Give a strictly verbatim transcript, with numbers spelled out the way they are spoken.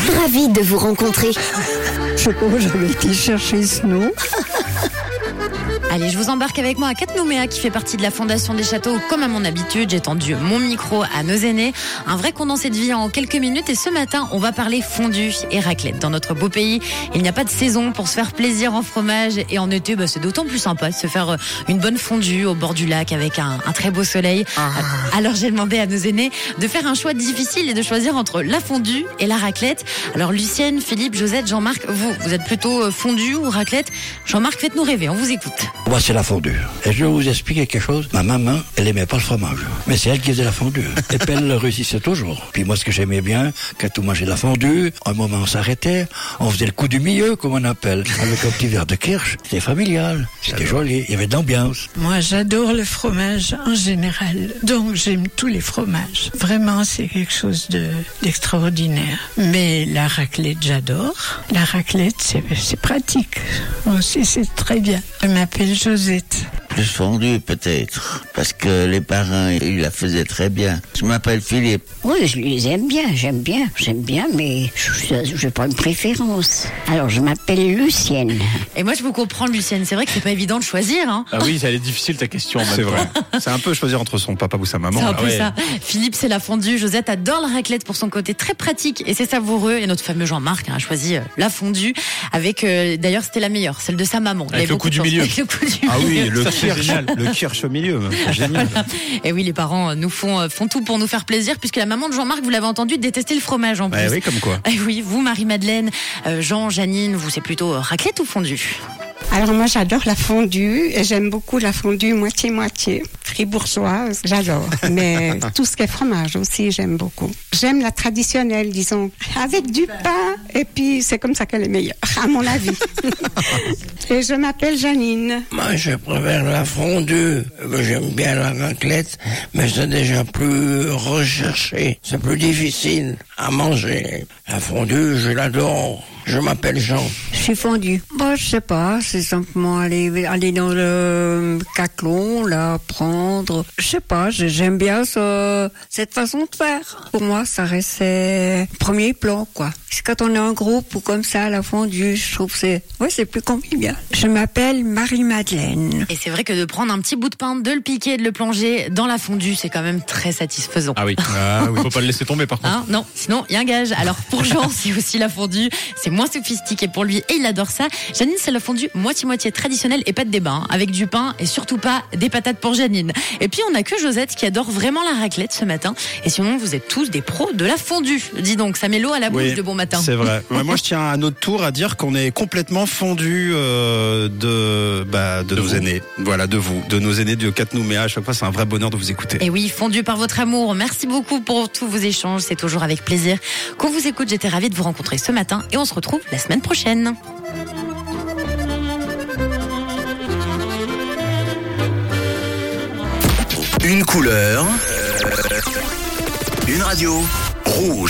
Ravie de vous rencontrer. Je sais pas où j'avais été chercher ce nom. Allez, je vous embarque avec moi à Catnouméa, qui fait partie de la Fondation des Châteaux. Comme à mon habitude, j'ai tendu mon micro à nos aînés. Un vrai condensé de vie en quelques minutes. Et ce matin, on va parler fondue et raclette. Dans notre beau pays, il n'y a pas de saison pour se faire plaisir en fromage. Et en été, bah, c'est d'autant plus sympa de se faire une bonne fondue au bord du lac avec un, un très beau soleil. Ah. Alors j'ai demandé à nos aînés de faire un choix difficile et de choisir entre la fondue et la raclette. Alors Lucienne, Philippe, Josette, Jean-Marc, vous, vous êtes plutôt fondue ou raclette? Jean-Marc, faites-nous rêver, on vous écoute. Moi, c'est la fondue. Et je vais vous expliquer quelque chose. Ma maman, elle aimait pas le fromage. Mais c'est elle qui faisait la fondue. Et puis elle le réussissait toujours. Puis moi, ce que j'aimais bien, quand on mangeait la fondue, un moment on s'arrêtait, on faisait le coup du milieu, comme on appelle, avec un petit verre de kirsch. C'était familial. C'était joli. Il y avait de l'ambiance. Moi, j'adore le fromage en général. Donc, j'aime tous les fromages. Vraiment, c'est quelque chose de, d'extraordinaire. Mais la raclette, j'adore. La raclette, c'est, c'est pratique. Aussi, c'est très bien. Je m'appelle Josette. Plus fondue peut-être, parce que les parents, ils la faisaient très bien. Je m'appelle Philippe. Oui, je les aime bien, j'aime bien, j'aime bien, mais je n'ai pas une préférence. Alors, je m'appelle Lucienne. Et moi, je vous comprends, Lucienne. C'est vrai que c'est pas évident de choisir. Hein. Ah oui, elle est difficile ta question. C'est vrai. C'est un peu choisir entre son papa ou sa maman. C'est un peu ouais. ça. Philippe, c'est la fondue. Josette adore la raclette pour son côté très pratique et c'est savoureux. Et notre fameux Jean-Marc hein, a choisi euh, la fondue avec, euh, d'ailleurs, c'était la meilleure, celle de sa maman. Avec le coup du milieu. Avec le coup du Ah oui, milieu. le kirsch, le kirsch au milieu. C'est génial. Voilà. Et oui, les parents nous font, font tout pour nous faire plaisir puisque la maman de Jean-Marc, vous l'avez entendu, détestait le fromage en plus. Bah oui, comme quoi. Et oui, vous, Marie-Madeleine, euh, Jean, Janine, vous, c'est plutôt raclette ou fondue? Alors moi, j'adore la fondue et j'aime beaucoup la fondue moitié-moitié. Fribourgeoise, j'adore. Mais tout ce qui est fromage aussi, j'aime beaucoup. J'aime la traditionnelle, disons, avec du pain et puis c'est comme ça qu'elle est meilleure, à mon avis. Et je m'appelle Janine. Moi, je préfère la fondue. J'aime bien la raclette, mais c'est déjà plus recherché. C'est plus difficile à manger. La fondue, je l'adore. Je m'appelle Jean. Je suis fondue. Bah, je sais pas, c'est simplement aller, aller dans le caclon, là, prendre. Je sais pas, j'aime bien ce, cette façon de faire. Pour moi, ça restait premier plan, quoi. C'est quand on est en groupe ou comme ça, la fondue, je trouve que c'est, ouais, c'est plus convivial. Je m'appelle Marie-Madeleine. Et c'est vrai que de prendre un petit bout de pain, de le piquer, de le plonger dans la fondue, c'est quand même très satisfaisant. Ah oui. Ah oui. Faut pas le laisser tomber par contre. Hein, non, sinon il y a un gage. Alors pour Jean, c'est aussi la fondue, c'est moins sophistiqué pour lui et il adore ça. Janine, c'est la fondue moitié-moitié traditionnelle et pas de débat, hein, avec du pain et surtout pas des patates pour Janine. Et puis on a que Josette qui adore vraiment la raclette ce matin. Et sinon vous êtes tous des pros de la fondue. Dis donc, ça met l'eau à la bouche Oui, de bon matin. C'est vrai. Moi, je tiens à notre tour à dire qu'on est complètement fondu euh, de, bah, de, de nos vous. aînés. Voilà, de vous, de nos aînés de Catnouméa. À chaque fois, c'est un vrai bonheur de vous écouter. Et oui, fondu par votre amour. Merci beaucoup pour tous vos échanges. C'est toujours avec plaisir qu'on vous écoute. J'étais ravie de vous rencontrer ce matin et on se retrouve la semaine prochaine. Une couleur, une radio, rouge.